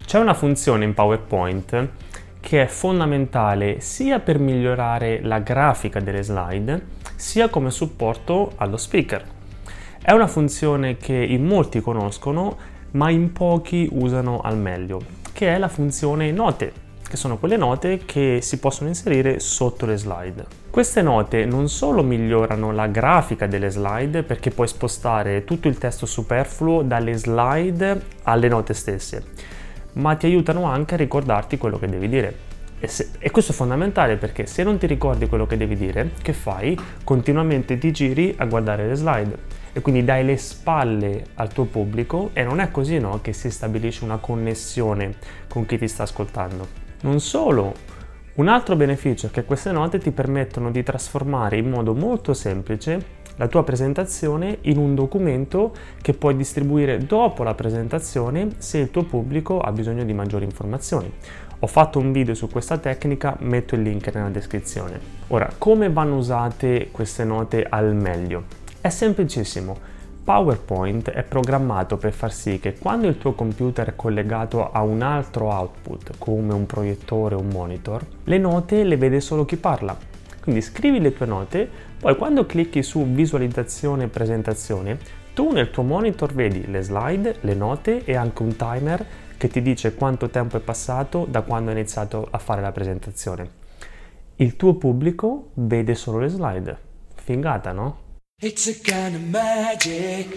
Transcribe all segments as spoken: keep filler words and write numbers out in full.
C'è una funzione in PowerPoint che è fondamentale sia per migliorare la grafica delle slide, sia come supporto allo speaker. È una funzione che in molti conoscono, ma in pochi usano al meglio, che è la funzione note, che sono quelle note che si possono inserire sotto le slide. Queste note non solo migliorano la grafica delle slide, perché puoi spostare tutto il testo superfluo dalle slide alle note stesse, ma ti aiutano anche a ricordarti quello che devi dire. E, se, e questo è fondamentale, perché se non ti ricordi quello che devi dire, che fai? Continuamente ti giri a guardare le slide e quindi dai le spalle al tuo pubblico, e non è così, no, che si stabilisce una connessione con chi ti sta ascoltando. Non solo, un altro beneficio è che queste note ti permettono di trasformare in modo molto semplice la tua presentazione in un documento che puoi distribuire dopo la presentazione se il tuo pubblico ha bisogno di maggiori informazioni. Ho fatto un video su questa tecnica, metto il link nella descrizione. Ora, come vanno usate queste note al meglio? È semplicissimo. PowerPoint è programmato per far sì che quando il tuo computer è collegato a un altro output, come un proiettore o un monitor, le note le vede solo chi parla. Quindi scrivi le tue note, poi quando clicchi su visualizzazione e presentazione, tu nel tuo monitor vedi le slide, le note e anche un timer che ti dice quanto tempo è passato da quando hai iniziato a fare la presentazione. Il tuo pubblico vede solo le slide. Fingata, no? It's a kind of magic.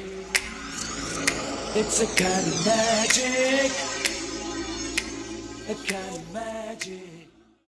It's a kind of magic. A kind of magic.